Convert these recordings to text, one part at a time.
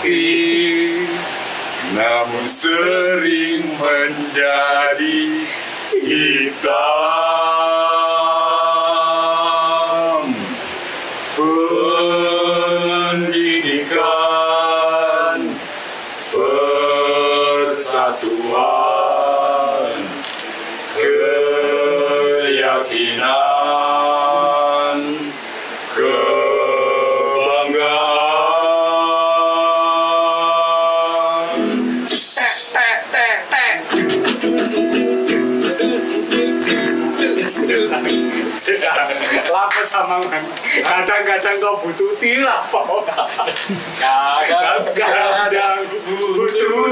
putih, namun sering menjadi hitam. Pendidikan, persatuan, keyakinan, kebanggaan. Lapar sama man. Kadang-kadang kau butuh tilah, kadang-kadang butuh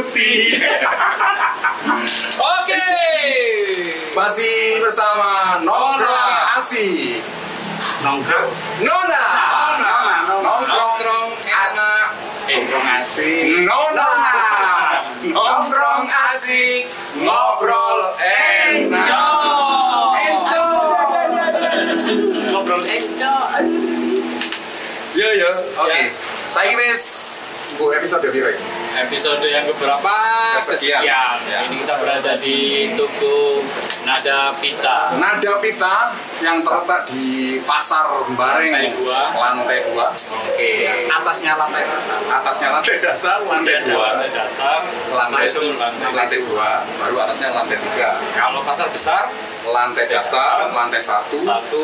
Oke, masih bersama Nongkrong Asik. nongkrong Nona, nongkrong enak. nongkrong asik Nona, nongkrong asik, ngobrol enak. ngobrol enjoy. Ya. Oke. Saya wis bu episode piro iki? Episode yang keberapa? Kesekian. Ya. Ya. Ini kita berada di toko Nada Pita. Nada Pita yang terletak di Pasar Bareng, Lantai 2. lantai 2. Oke. Atasnya lantai dasar. Atasnya lantai dasar, lantai 2. Lantai dasar, Lantai 2, baru atasnya lantai 3. Kalau pasar besar, Lantai dasar, lantai 1, 2,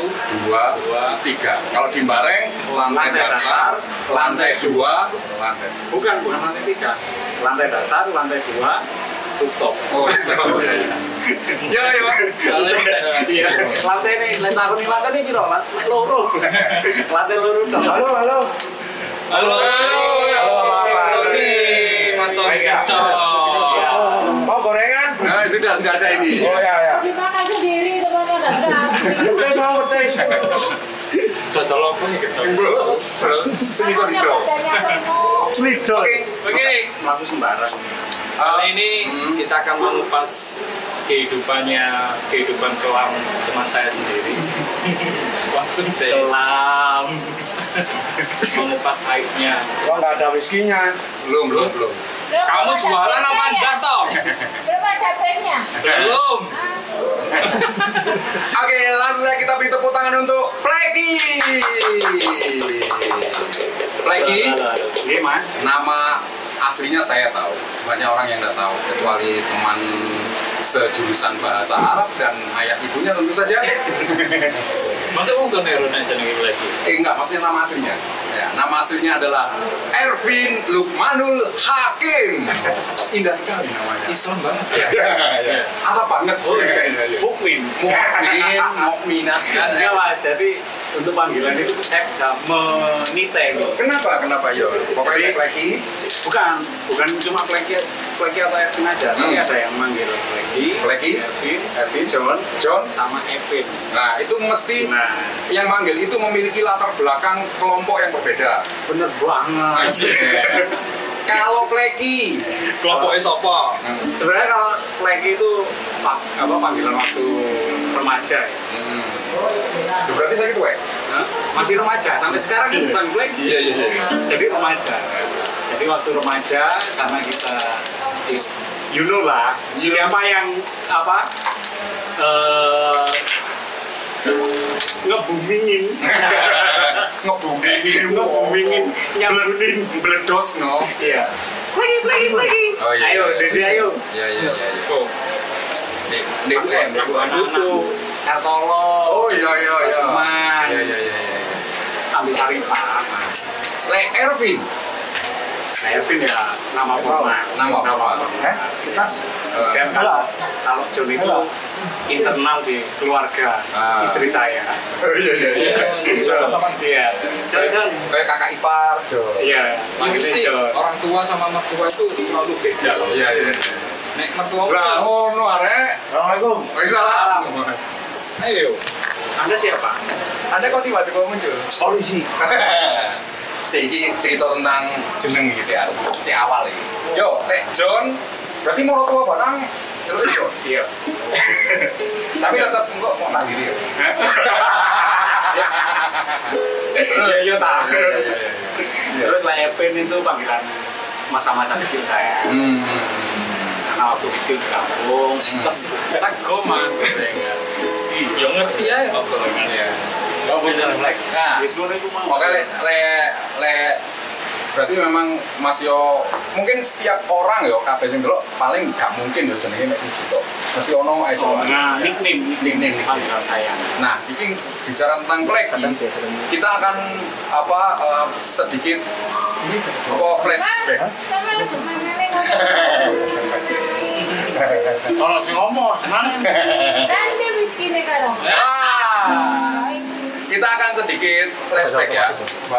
3. Kalau di Bareng, lantai dasar, lantai 2, lantai. Bukan lantai 3. Lantai dasar, lantai 2, rooftop. Oh, iya. Ya. Iya. Lantai ini, lantai ini piro? Lantai loro. Lantai loro. Halo. Halo. Tony. Mas Tony. Mau gorengan? Nah, sudah ada ini. Oh ya. Dimakan sendiri teman-teman dan kasih. Udah sama petis. Total apa nih kita? Semisal itu. Lijo. Oke, begini. Laku sembarang. Kali ini kita akan mengupas kehidupan kelam teman saya sendiri. Langsung deh. Kelam. Mengupas aibnya. Wah, nggak ada whisky-nya. Belum. Kamu jualan apa enggak, Tom? Belum ada pennya. Belum. Oke, langsung saja kita beri tepuk tangan untuk Pleki. Pleki, Ini Mas. nama aslinya saya tahu. Banyak orang yang nggak tahu, kecuali teman sejurusan bahasa Arab dan ayah ibunya tentu saja. Masa kamu tuh nerona jenenge lagi? Enggak, maksudnya nama aslinya. Ya, nama aslinya adalah Ervin Lukmanul Hakim. Indah sekali namanya. Islam banget Ya. Arab banget. Mukmin. Mukminat. Enggak Mas, jadi untuk panggilan itu saya bisa menite nih. Kenapa yo? Pokoknya Pleki. Bukan cuma Pleki atau Ervin aja, tapi ada yang manggil Pleki, Ervin, John, sama Ervin. Nah, itu mesti Nah, yang manggil itu memiliki latar belakang kelompok yang berbeda. bener banget. Kalau Pleki, Kelompoknya siapa? Sebenarnya kalau Pleki itu panggilan waktu remaja ya. berarti saya gitu ya? Hah? Masih remaja sampai sekarang bukan Pleki. Iya. Jadi remaja. Jadi waktu remaja karena kita you know lah siapa yang ngebumingin nyambunin Bledos no. iya Pleki Oh, iya. ayo Dede ayo Iya. Oh, DUM. itu Kartolo Oh iya. Seman Iya. Ambil Saripah Ervin. Ervin ya nama formal Kita dan kalau John itu internal di keluarga istri saya. Oh iya. Iya. John. Kayak kakak ipar, Jo. Iya. Manggilnya mesti John. orang tua sama mertua itu selalu beda loh. Iya. Nek mertua Ora ngono arek. Assalamualaikum. Waalaikumsalam. ayo. Anda siapa? Ada kok tiba-tiba muncul. Polisi. Iki cerita tentang jeneng iki si awal iki. Yo, Lek John, berarti mau tua barang terus John. Iya. Tapi tetap kok mau nang diri. Iya tak. Iya. Terus lah Ervin itu panggilan masa-masa kecil saya. Karena waktu kecil di kampung, Terus kita goman gorengan. Ya ngerti ya kok gorengan ya. nggak punya black. Nah, Yes, gue itu mau. oke berarti memang Mas Yo mungkin setiap orang yo kabeh sing delok paling gak mungkin yo jenenge mek siji tok. Mesti ono ae Nah, nickname panggilan saya. Nah, ini bicara tentang Kleki, kita akan sedikit flashback. Kalau sing ngomong, senang. Kan dia miskin karo. Kita akan sedikit flashback ya.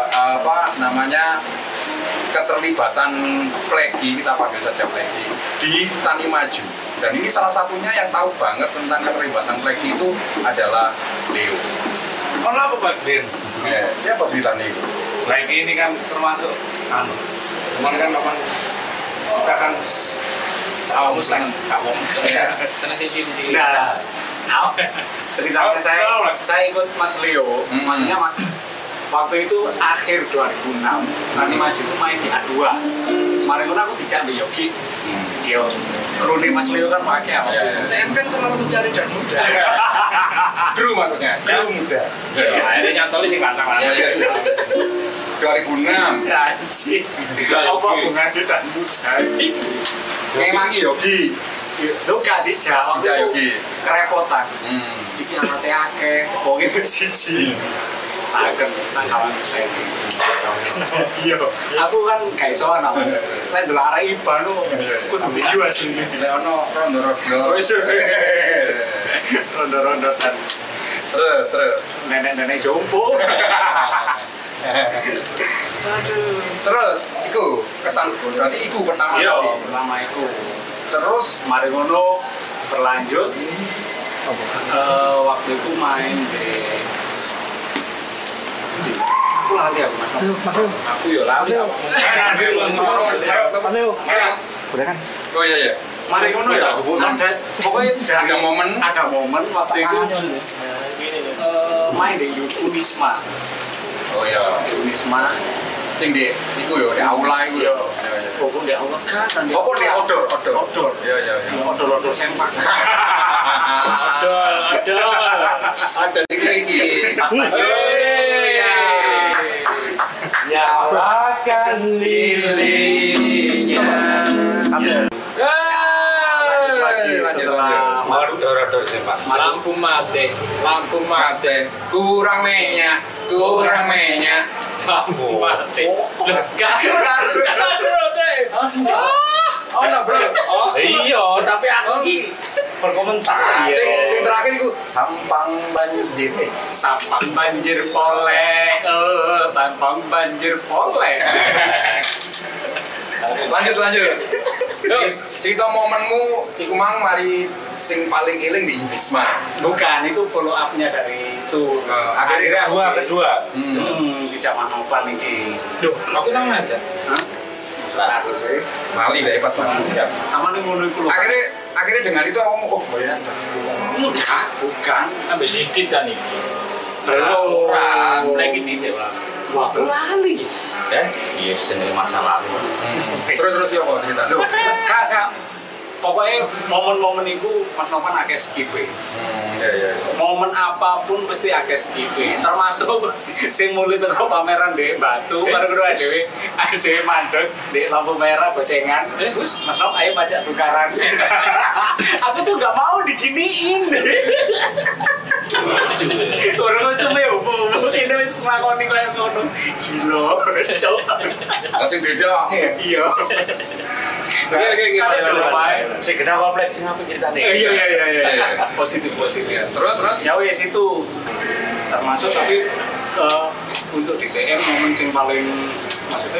Keterlibatan Kleki, kita panggil saja Kleki di Tani Maju. Dan ini salah satunya yang tahu banget tentang keterlibatan Kleki itu adalah Leo. Kalau apa Pak Den? Dia apa cerita nih? Kleki ini kan termasuk cuman kan memang kita kan Sawung seneng. Ya. Seneng sisi. Nah, ceritanya saya ikut Mas Leo, maksudnya waktu itu akhir 2006, Tani Maju itu main di A2. Kemarin aku dijak di Yogi. Yo, krune Mas Leo kan pakai apa? TM kan selalu mencari dan muda. Kru maksudnya, kru muda. Akhirnya nyantoli sih kantang. 2006. Janji. Apa hubungannya dan muda? Memang Yogi. Lu gak dijak, Dijak Yogi. kerepotan. Iki alatnya akeh, wong iki siji. Saken nang kawan saya. Iya, aku kan gak iso ana. Lek ndelok arek IBAN kudu video asline. Lek ono rondo-rondo. Wis. Rondo-rondo kan. Terus. Nenek-nenek jompo. Terus, iku kesan berarti iku pertama Iya, kali. pertama iku. Terus Mari ngono berlanjut. Waktu itu main di aku lali aku Aku yo lali. kan. Oh iya. Mari ngono ya. Ada pokoknya Ada momen waktu itu main di Unisma. Oh iya. Unisma. Sing di iku yo di aula iku yo. Pokoknya di aula kan. Apa di outdoor? Outdoor. Iya. Outdoor sempak. Ada iki. Pas Nyalakan lilinnya. Lagi setelah outdoor sempak. Lampu mati. Kurang minyak. Lampu mati. Lega. Oh, no, bro. Iya, tapi aku ki berkomentar. Sing terakhir iku sampang banjir. Sampang banjir polek, tampang banjir polek. Lanjut. Cerita momenmu iku mang mari sing paling eling di Unisma. Bukan, itu follow up-nya dari itu. Akhirnya kedua. Di zaman Nopan ini. Duh, aku nang aja. Harus sih. Mali deh pas mali. Sama nih ngono iku lho. Akhirnya dengan itu aku mau bayar. Bukan. Ambek didit kan iki. Orang lagi di sini orang. Wah, lali. Iya, jenenge masa lalu. Terus ya kok cerita. Kakak. Pokoknya momen-momen itu Mas Nopan akeh skip. Iya. Momen apapun pasti akeh skip. Termasuk sing mulai teko pameran di Batu, baru kedua dhewe mandek di lampu merah bocengan. Gus, Mas Nop ayo pajak tukaran. Aku tuh gak mau diginiin. Orang cuma ya, ini wis nglakoni koyo ngono. Gila, cok. Langsung beda. Iya. Gimana? Si kena kompleks ngapa ceritanya? Iya. Positif. Terus? Ya wes itu termasuk tapi untuk di TM momen sing paling maksudnya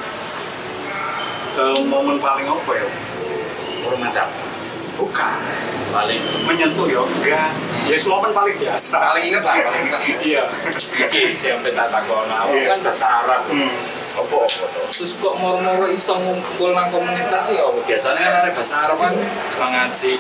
momen paling apa ya? Komentar. Bukan. Paling Menyentuh ya enggak. Ya momen paling biasa. Paling inget lah. Iya. iki sing tak takon aku kan bahasa Arab. Apa tuh? Terus kok moro-moro iso ngumpul nang komunitas ya? Biasanya kan ada bahasa Arab kan mengaji,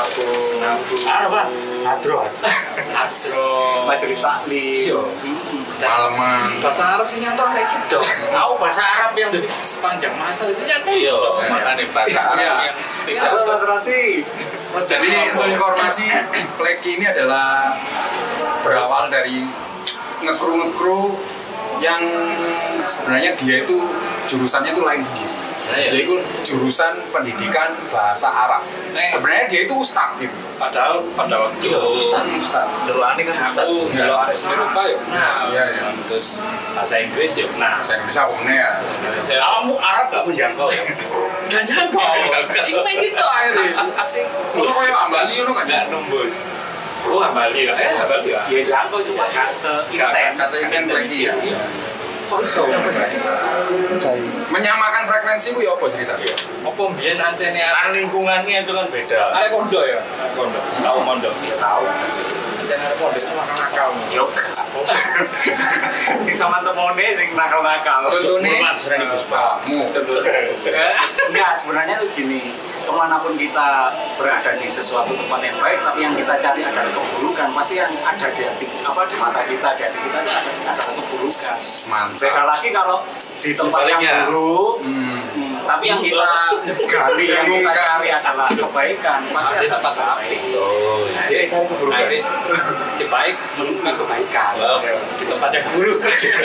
menabung, apa? Hadro. Adro, Majelis taklim. Iya. Malaman. Bahasa Arab sih nyantol kayak gitu. Tahu bahasa Arab yang di Sepanjang masa sih nyantol. iya, makanya bahasa Arab Iya. yang tidak Halo Mas Rasi. Jadi untuk informasi, Pleki ini adalah berawal dari ngekru yang sebenarnya dia itu jurusannya itu lain sendiri. Iya. Dia itu jurusan pendidikan bahasa Arab. Sebenarnya dia itu ustadz gitu. Padahal pada waktu Iya, ustaz. Ustadz. Jeluane kan Ustaz. aku Iya. kalau ada seni rupa yuk nah Iya, iya. terus bahasa Inggris yuk nah Saya bisa punya ya. Kamu Arab gak menjangkau ya? gak jangkau itu kayak gitu akhirnya sih Kalau kayak Ambali itu kan Gak nembus. lu Hambali lah Hambali lah Ya jangkau cuma gak seintens. kata ingin Pleki ya. kok iso Menyamakan frekuensi itu ya apa cerita? apa mbiyen ancene Kan lingkungannya itu kan beda. arek kondo ya arek kondo tahu mondo Ya tahu. ancene arek kondo itu nakal-nakal Yuk. Sing sama temone sing nakal-nakal. Contohnya Sering Gus Pak. kamu. Enggak, sebenarnya tuh gini, kemanapun kita berada di sesuatu tempat yang baik, tapi yang kita cari adalah keburukan, pasti yang ada di hati, di mata kita, di hati kita itu adalah keburukan. Beda Mantap. lagi kalau di tempat yang Sebaliknya. buruk, tapi yang kita gali, yang kita Temukan. cari adalah kebaikan, pasti ada ada tempat api Oh, jadi cari keburukan. akhirnya di baik menemukan kebaikan Oh. di tempat yang buruk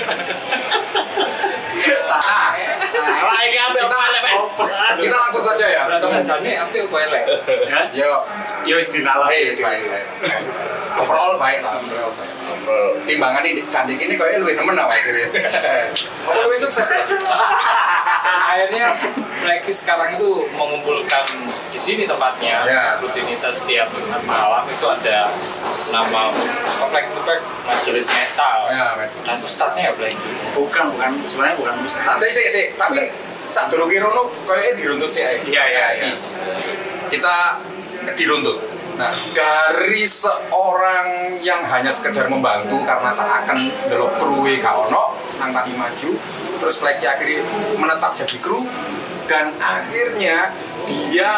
Nah, ini ambil kita langsung saja ya. berarti saja nih apa yang gue elek Yo, Ya wis dinalami. baik. Overall baik lah. Overall baik. Timbangan ini cantik ini kayaknya lebih temen awak dhewe. Apa lebih sukses? akhirnya Pleki sekarang itu mengumpulkan di sini tempatnya Ya. rutinitas setiap Jumat malam itu ada nama Pleki majelis metal Ya, betul. dan ustadznya ya Pleki Bukan, sebenarnya bukan mustahil. Sik. Tapi sak durunge rono kayaknya diruntut sih ae. Iya. Kita diruntut. Nah, dari seorang yang hanya sekedar membantu karena seakan delok kruwe gak ono nang tani maju, terus Pleki akhirnya menetap jadi kru dan akhirnya dia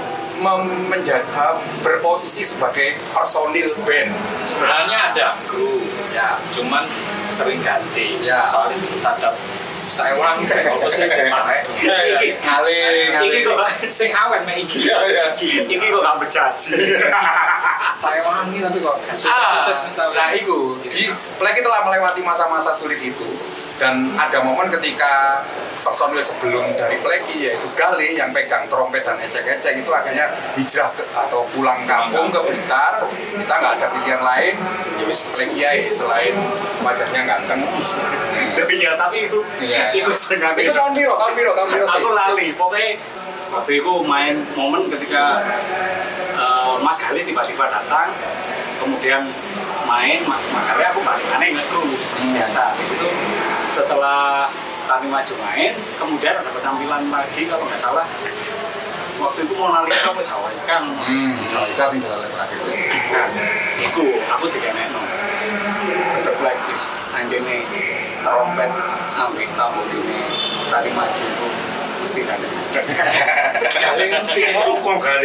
menjadi berposisi sebagai personil band. sebenarnya ada kru Ya, cuman sering ganti Ya. soalnya sadap tak ewang kalau sih kemarin ngaling. Iki kok sing awet mek iki iki kok gak bejaji. tak ewangi tapi kok sukses misalnya Nah, itu. Jadi, Pleki telah melewati masa-masa sulit itu dan ada momen ketika personil sebelum dari Pleki yaitu Gale yang pegang trompet dan ecek-ecek itu akhirnya hijrah atau pulang kampung ke Blitar. Kita nggak ada pilihan lain, ya wis Pleki aja selain wajahnya ganteng. Tapi Iya. iku sengaja. Itu tahun piro sih? Aku lali, pokoknya waktu itu main momen ketika Mas Gali tiba-tiba datang, kemudian main, Mas Gali aku balik aneh ngekru biasa. Di situ setelah kami maju main, kemudian ada penampilan lagi kalau nggak salah. Waktu itu Mona Lisa apa Jawa Ikan. Kita sih jalan terakhir. Nah, iku aku dikenekno. The Blacklist anjene trompet ambek tamu ini tadi maju itu mesti ada. kali mesti Kok gale?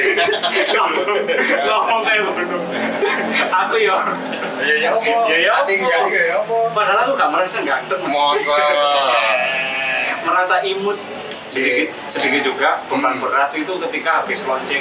Ngomong kayak ngono. Aku yo Ya apa? Ya, Tinggal ya apa? padahal aku gak merasa ganteng. Masa. Merasa imut sedikit juga beban berat itu ketika habis launching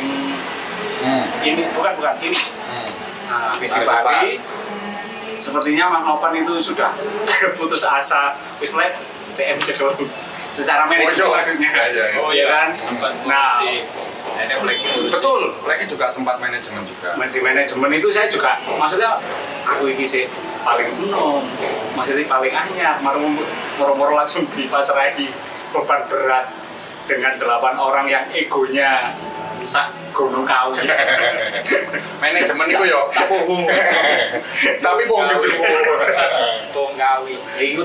ini bukan ini. Nah, habis di Bali sepertinya Mas Nopan itu sudah putus asa wis mulai TM jedol secara manajemen maksudnya oh ya kan sempat nah ada Pleki Betul, Pleki juga sempat manajemen juga. di manajemen itu saya juga maksudnya aku ini sih paling enom maksudnya paling anyar moro-moro langsung dipasrahi beban berat dengan 8 orang yang egonya sak gunung kawi. Manajemen itu yo sapuhu. Tapi bohong juga. Tonggawi Iku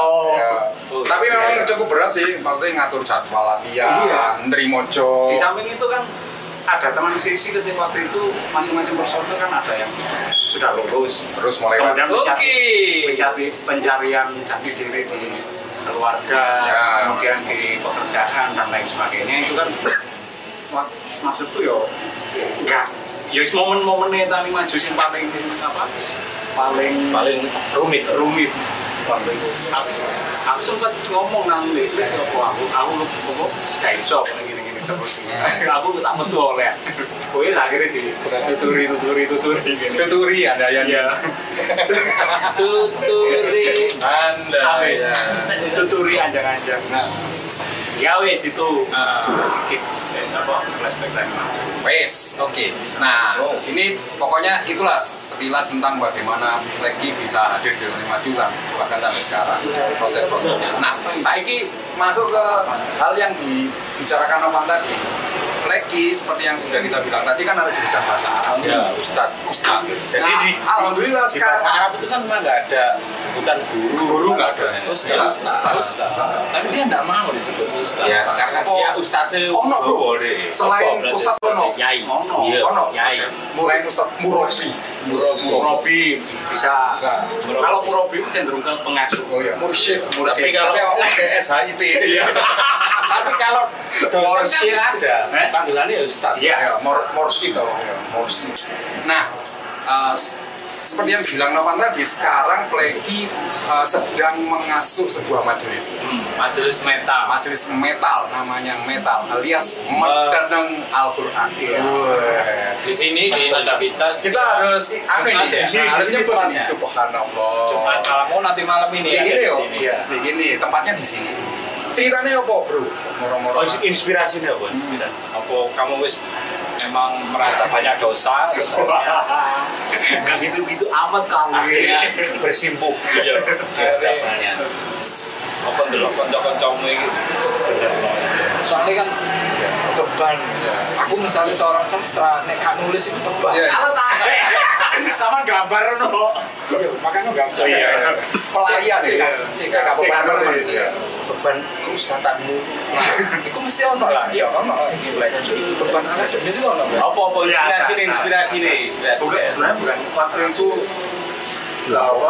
Tapi memang cukup berat sih, maksudnya ngatur jadwal latihan, Iya. nerimo job. di samping itu kan ada teman sisi ketika waktu itu masing-masing personel kan ada yang sudah lulus Terus mulai kemudian Oke. pencarian jati diri di keluarga Ya, kemudian di pekerjaan dan lain sebagainya itu kan maksudku yo enggak ya momen-momennya tani maju sing paling apa paling Paling rumit. waktu itu aku sempat ngomong nang Lilis aku gak iso apa gini-gini terus aku tak metu oleh kowe akhirnya dituturi gini Tuturi ada yang Tuturi Anda ya. tuturi anjang-anjang ya wes itu dikit apa flashback time Wes, oke. Nah, ini pokoknya itulah sekilas tentang bagaimana Fleki bisa hadir di Indonesia Maju kan, bahkan sampai sekarang proses-prosesnya. Nah, saiki masuk ke hal yang dibicarakan Novan tadi. Fleki seperti yang sudah kita bilang tadi kan ada jurusan bahasa Arab. Ya, Ustadz. Jadi Nah, alhamdulillah di bahasa sekarang Arab itu kan memang nggak ada, bukan guru nggak ada. Ustaz. Tapi dia enggak mau disebut Ustaz. Ya, Karena karena dia Ustadznya Ono, bro. boleh. Selain Ustadz Ono, Yai. Iya. Ono, Yai. selain Ustadz Murosi, Murabi bisa bisa. kalau Murabi itu cenderung ke pengasuh Oh iya, mursyid. Tapi kalau SHIT. Iya. tapi kalau dosen Mursyid kan ada, panggilannya ya Ustadz. iya Morsi kalau Morsi. Nah, seperti yang dibilang Novan tadi, sekarang Fleki sedang mengasuh sebuah majelis. Majelis metal. Majelis metal, namanya metal, alias Medaneng Al-Quran. Di sini di Nadabitas Kita harus Jumat ya? harus Di sini nyebut tempatnya. nih, subhanallah. Jumat malam nanti malam ini Kayak ya. gini di yo, sini. kayak gini, tempatnya di sini. Ceritanya apa, bro? Moro-moro. Oh, inspirasinya apa? Apa kamu wis memang merasa banyak dosa terus kan gitu amat kali Akhirnya bersimpuh. iya Akhirnya. apa ndelok kanca-kancamu iki bener loh. Soalnya kan beban. Aku misalnya seorang sastra nek kan nulis itu beban. Iya. Kalau tak sama gambar no iya makanya gambar. iya Pelayan ya. Cek gak beban. iya. Beban keustatanmu. Nah, itu mesti ono lah. Iya, ono iki black. Beban anak jadi ono. Apa inspirasi nih, inspirasi nih, bukan inspirasi. sebenarnya bukan waktu itu apa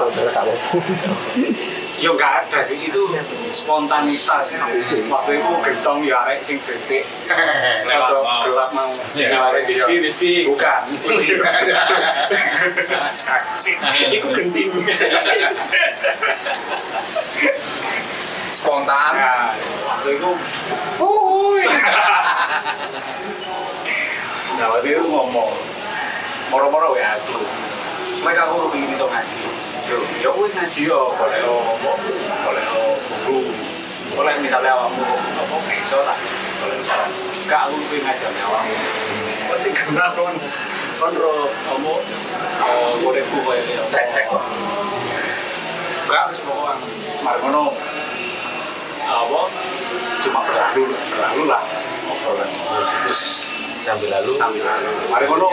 ya nggak ada sih itu spontanitas waktu itu gentong ya arek sing betik atau gelap mau Sing arek whisky. bukan cacing itu genting Spontan. nah waktu itu nah waktu itu ngomong moro-moro ya aku mereka aku pengen iso ngaji ya aku ngaji yo boleh buku boleh misalnya awakmu apa gak iso tak boleh misalnya gak aku pengen ngaji awakmu kok sing kenal kon ro kamu boleh buku kayak gitu trek gak wis pokokan margono apa cuma berlalu lah obrolan terus Sambil lalu. mari ngono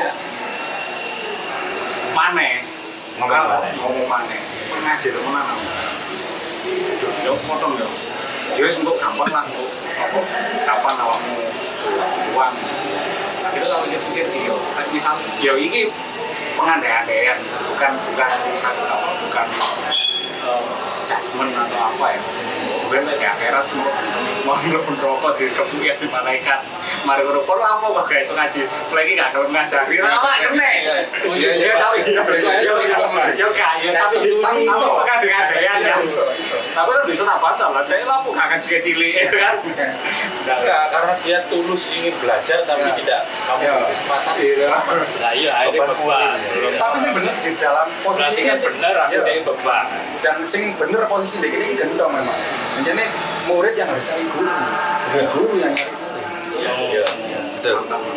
maneh Ngomong maneh ngaji temenan yo potong yo wis untuk gampang lah untuk apa kapan awakmu uang kita kalau pikir iya kan misal yo iki pengandaian bukan satu apa bukan judgement atau apa ya bukan lagi akhirat mau rokok di kebuya di malaikat mari rokok lo apa kok guys ngaji lagi gak ada ngajari apa kene ya tapi tapi iso kan dengan daya tapi kan bisa tak bantah lah daya lampu gak akan cilik kan Enggak, karena dia tulus ingin belajar tapi tidak kamu kesempatan. Lah iya, ini beban. Tapi sih bener di dalam posisi Berarti kan bener aku ini beban. dan sing bener posisi dek ini gendong memang. Jadi murid yang harus cari guru, bukan guru yang cari murid. Iya. Betul.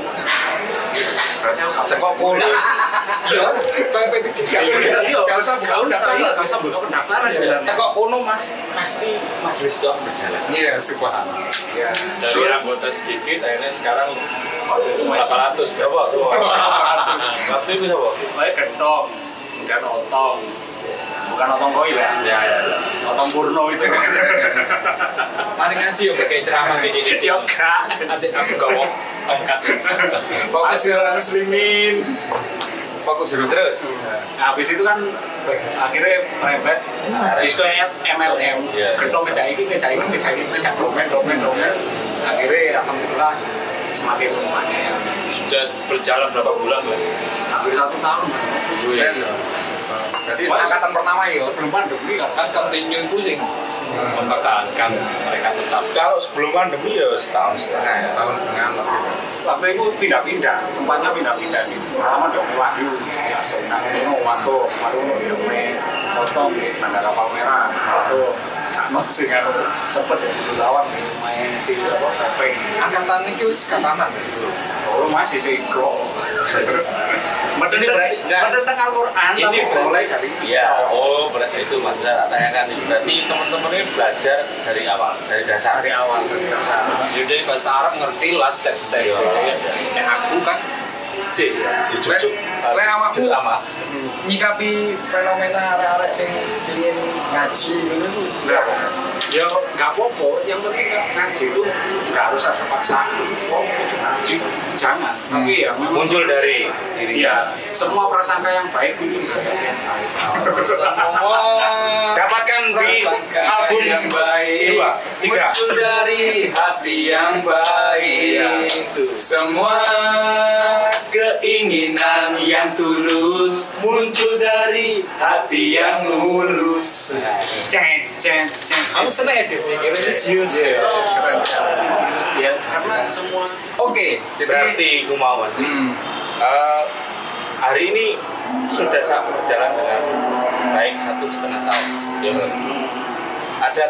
Sekok kulit. Iya, kalau usah buka pendaftaran. Gak usah buka pendaftaran sebenarnya Tekok kuno mas pasti majelis doa berjalan. Iya, subhanallah. Iya. Dari anggota sedikit akhirnya sekarang 800 Berapa? Waktu itu siapa? kayak gentong bukan otong bukan otong koil ya otong purno itu Mari ngaji yo pakai ceramah begini. ya enggak Asik aku gawa tongkat. Fokus ke muslimin. Fokus dulu terus. habis itu kan akhirnya merembet wis kayak MLM Iya. gentong ngejak domen akhirnya alhamdulillah semakin banyak yang Sudah berjalan berapa bulan lah? hampir 1 tahun Iya. Berarti angkatan pertama ya. Sebelum pandemi kan continue itu sih mempertahankan mereka tetap. Kalau sebelum pandemi ya setahun setengah ya. Tahun setengah lebih. waktu itu pindah-pindah, tempatnya pindah-pindah nih. Pertama dong Wahyu, nang ngono waktu Maruno ya potong di Bandara Palmerah, waktu Sanot sih kan cepet ya lawan main si apa Pepe. Angkatan ini wis kataman. Oh masih sih kro. Ini berarti tentang Al-Quran ini mulai dari iya. Oh berarti itu mas saya tanyakan ini berarti teman-teman ini belajar dari awal dari dasar. Jadi bahasa Arab ngerti lah step-step. Yang aku kan C. Cucuk. Lek awakmu sama. nyikapi fenomena arek-arek sing ingin ngaji ngono itu enggak. Ya nggak apa-apa, yang penting ngaji itu nggak harus ada paksaan. Oh, ngaji jangan. Tapi ya memang Muncul dari diri. iya, semua prasangka yang baik itu dari yang baik. Semua Dapatkan di album yang baik 2, 3. muncul dari hati yang baik. Semua keinginan yang tulus muncul dari hati yang mulus. Kamu seneng edisi religius ya? Ya karena semua Oke, jadi Berarti Kumawan. Hari ini sudah berjalan dengan baik 1,5 tahun. Ya, ada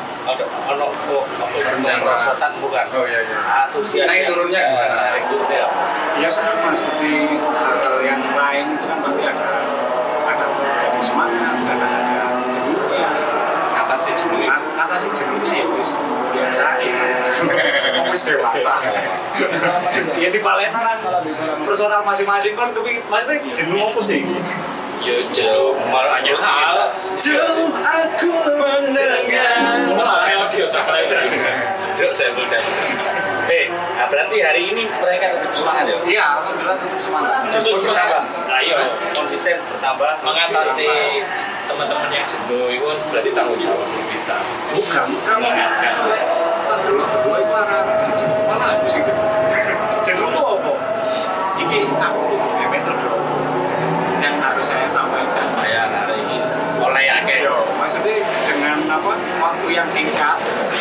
kemerosotan bukan? oh iya iya. Antusias Naik yang- turunnya gimana? Naik turunnya. ya sama seperti hal yang lain itu kan pasti ada semangat, ada jenuhnya. Atasi dulu ya. Atasi jenuhnya ya wis biasa wis dewasa. Ya di Palembang kan personal masing-masing kan tapi maksudnya jenuh apa sih? Ya jauh banyak hal. Jauh aku mendengar. Melodi otak aja. Jok saya belajar. Berarti hari ini mereka tetap semangat ya? Iya, alhamdulillah tetap semangat. Justru bertambah. Ayo Konsisten bertambah. mengatasi teman-teman yang jenuh itu kan berarti tanggung jawab bisa Bukan, kamu mengingatkan. tak dulu kedua itu anak jenuh malah aku sih jenuh. Jenuh itu apa? Iki aku butuh metode yang harus saya sampaikan. Saya hari ini oleh akeh. Maksudnya dengan apa waktu yang singkat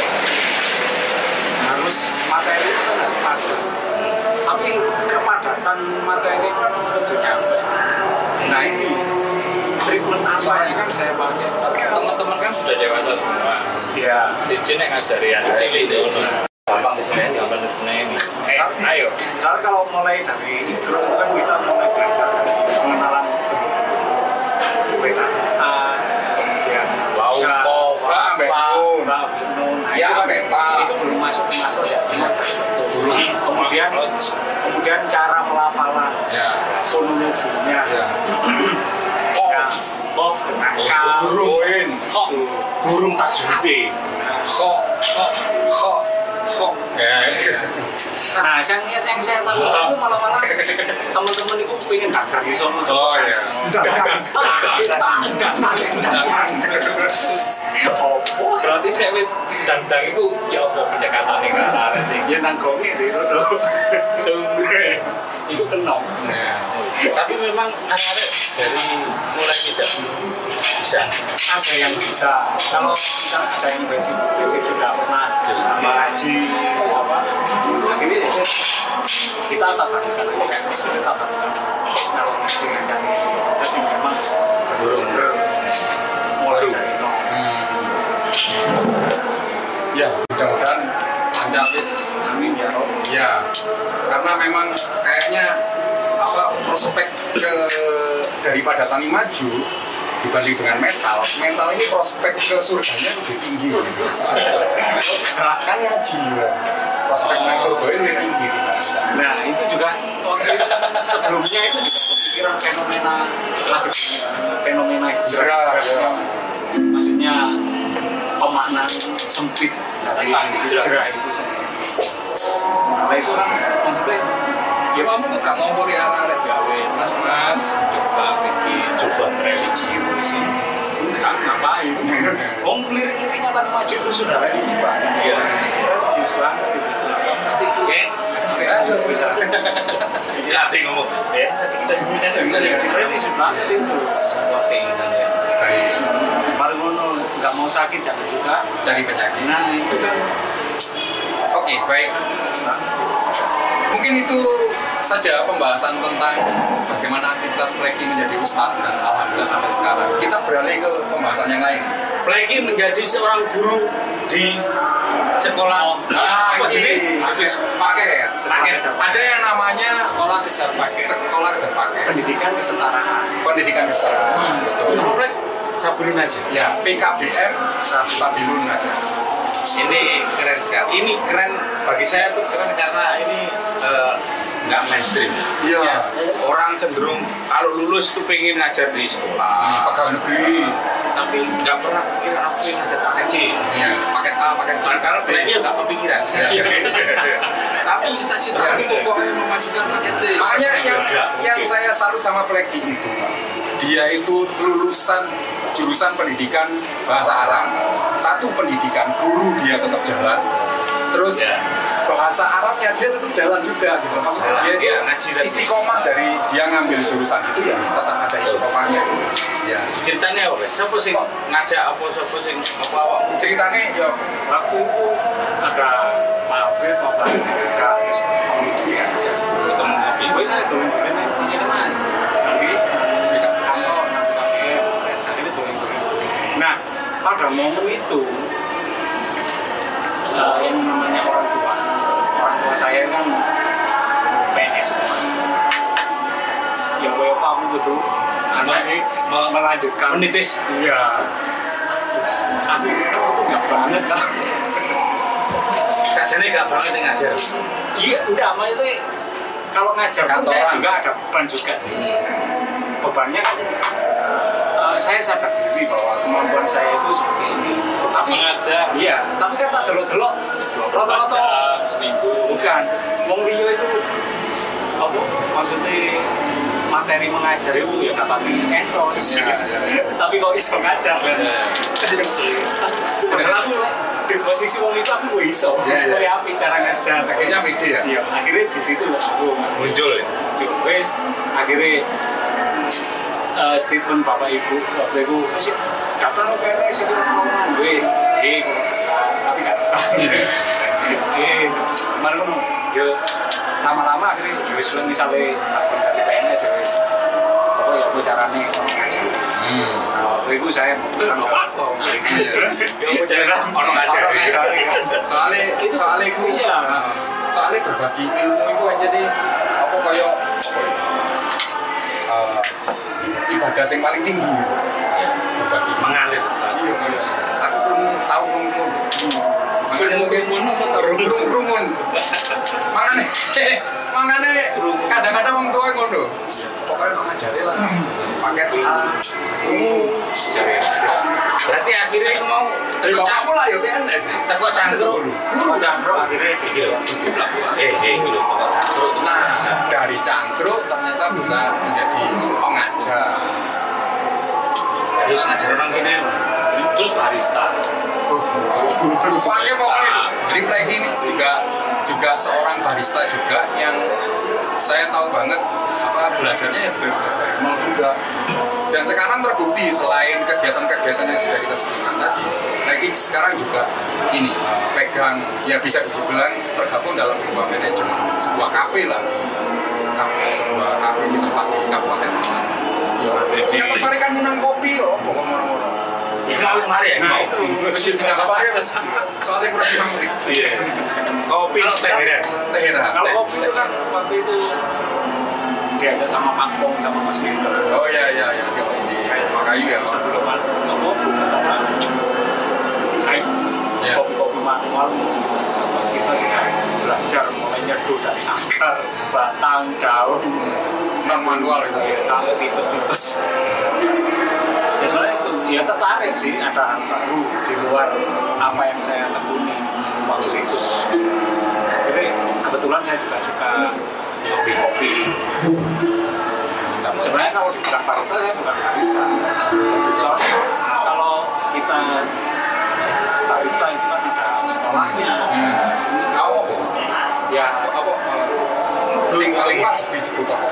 harus materi itu kan harus padat. Tapi kepadatan materi kan harus nyampe. Nah ini treatment apa yang kan saya pakai? Teman-teman kan sudah dewasa semua. Iya. Si Jin yang ngajari anak cilik itu. Gampang di sini. Gampang di sini. Ayo. Soalnya kalau mulai dari intro itu kan kita mulai belajar dari pengenalan bentuk-bentuk petaan, kemudian Wow, Fa, ambek nun. Ya, metal. itu belum masuk ya. Kemudian cara pelafalan, Ya. fonologinya, Ya. ya, of dengan kau, Guruin. Kok Gurung tajwid. Kok. Ya. Nah, yang saya tahu itu malah teman-teman itu pengen dagang di sana. Oh iya. berarti saya wis dang-dang itu ya apa pendekatan yang rara sih. Ya nanggongi itu itu kenong. Ya. Tapi memang anak-anak dari mulai tidak bisa. Ada yang bisa. Kalau kita ada yang basic sudah pernah ngaji apa? Ini kita tambahkan aja. Kita tambahkan kalau ngaji ngaji. Tapi memang benar-benar mulai dari nol. Ya, mudah-mudahan lancar wis. Amin ya Rob. Ya, karena memang kayaknya apa prospek daripada tani maju dibanding dengan metal ini prospek ke surganya lebih tinggi gitu. Kan ngaji ya. Prospek naik surga itu lebih tinggi. Nah itu juga waktu itu, sebelumnya itu juga kepikiran fenomena hijrah. Ya. Maksudnya pemaknaan sempit dari hijrah itu sendiri. Nah itu kan maksudnya Ya kamu tuh gak ngomong ya arek gawe mas coba bikin religius sih. enggak ngapain. Om lirik-liriknya Tani Maju itu sudah religi banget. Iya. Religius banget itu. Asik ya. bisa. Kati ngomong, ya tadi kita sebutkan Sebenarnya banget itu. semua keinginan ya. Baik. Baru ngono nggak mau sakit jangan juga. Cari penyakit. Nah itu kan. Oke, baik. Mungkin itu saja pembahasan tentang bagaimana aktivitas Pleki menjadi ustadz dan alhamdulillah sampai sekarang. Kita beralih ke pembahasan yang lain. Pleki menjadi seorang guru di sekolah. Apa jadi? Habis pakai ya. Pakai. Ada yang namanya Sekolah kejar pakai. sekolah kejar pakai. Pendidikan kesetaraan. Pendidikan kesetaraan. Betul. Plek Sabrun aja. Ya, PKBM Sabilun aja. Ini keren sekali. Ini keren bagi saya tuh keren karena ini nggak mainstream. Iya. Orang cenderung kalau lulus tuh pengen ngajar di sekolah, Pegawai negeri. tapi nggak pernah pikiran aku pengen ngajar pakai C. Ya, paket A, paket B. Karena pleknya nggak kepikiran. Tapi cita-cita itu pokoknya memajukan paket C. Makanya yang saya salut sama Pleki itu, dia itu lulusan jurusan pendidikan bahasa Arab. Satu pendidikan guru dia tetap jalan. Terus Ya. bahasa Arabnya dia tetap jalan juga gitu. Maksudnya dia itu Iya, ngaji tadi. istiqomah dari dia ngambil jurusan itu ya tetap ada istiqomahnya. Ya. Ceritanya apa? Siapa sih ngajak apa? Siapa sih apa awak? Ceritanya ya Waktu itu ada Pak Afif, Pak Fahri, Kak aja. Ketemu kopi. Gue saya tulen-tulen ini mas. Nanti beda. kalau nanti pakai ini tulen-tulen. Nah pada momen itu yang namanya orang tua saya kan PNS semua. Ya gue apa aku betul. Anaknya melanjutkan. Menitis. Iya. Aduh, aku tuh nggak banget lah. Sajane gak banget yang ngajar. Iya, enggak, maksudnya kalau ngajar pun saya Kantoran. juga ada beban juga sih. Bebannya kan saya sadar diri bahwa kemampuan saya itu seperti ini. Tapi mengajar. iya, tapi kan tak delok-delok rata-rata seminggu. bukan. Wong liya itu apa maksudnya materi mengajar itu ya nggak pati entos. Tapi kok iso ngajar kan. Padahal aku di posisi wong itu aku gak iso. Iya, iya. Aku api cara ngajar. akhirnya pede ya. Iya, akhirnya di situ aku Muncul ya. wes akhirnya statement bapak ibu waktu itu masih daftar PNS itu ngomong wes tapi nggak daftar. Kemarin ngomong yo lama-lama akhirnya wes misalnya dari PNS ya wes pokoknya aku caranya ngajar. Nah, waktu itu saya bilang apa Ono ngajar. soalnya ku Iya. soalnya berbagi ilmu itu aja deh apa koyo ibadah yang paling tinggi berbagi Mengalir. iya koyo aku belum tahu belum Kerumun apa kerumun makanya kadang-kadang orang tua ngono pokoknya mau ngajari lah paket A jari Berarti akhirnya mau dari bapakmu lah ya PNS sih teko cangkruk. Teko cangkruk akhirnya iki lho. Iki lho teko cangkruk. nah dari cangkruk ternyata bisa menjadi pengajar Terus ngajar nang kene. terus barista. pakai pokoknya jadi Pleki ini juga seorang barista juga yang saya tahu banget apa belajarnya ya dari nol juga dan sekarang terbukti selain kegiatan-kegiatan yang sudah kita sebutkan tadi Pleki sekarang juga ini pegang ya bisa dibilang tergabung dalam sebuah manajemen sebuah kafe lah sebuah kafe di tempat di Kabupaten Malang ya kita tertarikan menang kopi loh pokoknya Ya mari ya. Nah, itu mesti punya kabarnya mas soalnya kurang 5 menit Kopi lo teh ya. Tehera kalau kopi itu kan waktu itu diajak sama Pak Pong sama Mas Winter. oh iya di Makayu ya Sebelum kopi Ya. kopi manual kita belajar mulai nyeduh dari akar, batang, daun, non manual misalnya sampai tipes-tipes. Ya sebenarnya itu ya tertarik sih ada hal baru di luar apa yang saya tekuni waktu itu. Jadi kebetulan saya juga suka kopi. Sebenarnya kalau dibilang barista saya bukan barista. Soalnya kalau kita barista itu kan ada sekolahnya. apa Ya apa paling pas di Ciputopo.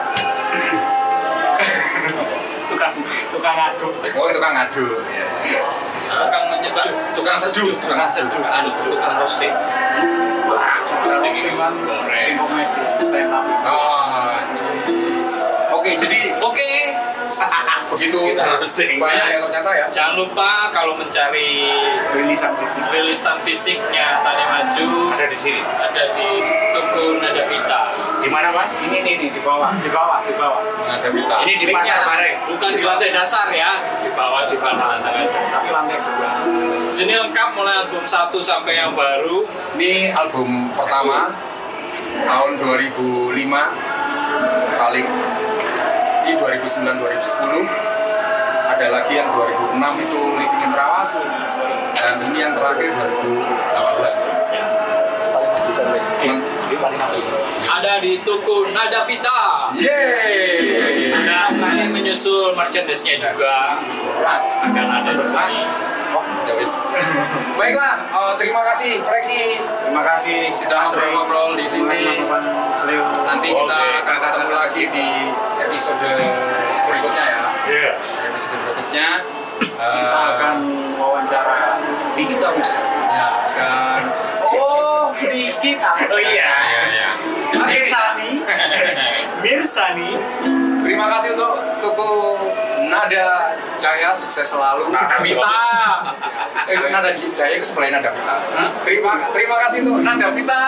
tukang aduk. Oh, tukang aduk. Tukang menyeduh. Tukang seduh. Tukang roasting. Roasting ini Sing goreng. komedi stand up. Oh, oke, jadi begitu Kita roasting. banyak ya ternyata ya. Jangan lupa kalau mencari Rilisan fisik. fisiknya Tani Maju Ada di sini. ada di Tugu Nada Pita. Di mana, Pak? Ini di bawah. Nada Pita. Ini di Pasar Bareng. Bukan di lantai dasar ya, di bawah di mana lantai. Tapi lantai 2. Di sini lengkap mulai album 1 sampai yang baru. Ini album pertama tahun 2005 paling di 2009-2010 ada lagi yang 2006 itu Living in Trawas dan ini yang terakhir 2018 Ya. Cuman, Ada di Tugu Nada Pita. yeay Dan kami menyusul merchandise-nya juga akan ada di sini. oh ya wis. Baiklah, terima kasih Preki Terima kasih sudah ngobrol-ngobrol di sini. Nanti kita akan ketemu lagi di episode berikutnya ya. Iya. Episode berikutnya Kita akan wawancara Nikita Mirzani. ya kan. Nikita. Oh iya. Oke. Mirzani. Terima kasih untuk Tugu Nada Jaya, sukses selalu. Nada Pita. Nada Jaya itu sebelah Nada Pita. Terima kasih untuk Nada Pita.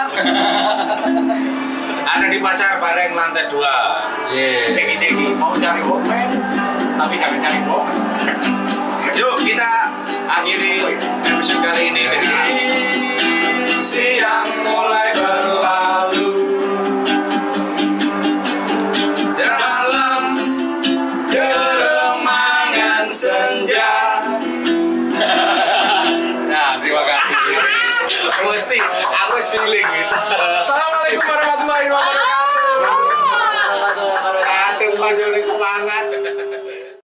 Ada di Pasar Bareng lantai 2. Yeay. Ceki mau cari woman, tapi jangan cari woman. Yuk kita akhiri episode kali ini dengan Siang mulai berlalu dalam keremangan senja. Nah, terima kasih. mesti aku feeling gitu. Assalamualaikum warahmatullahi wabarakatuh.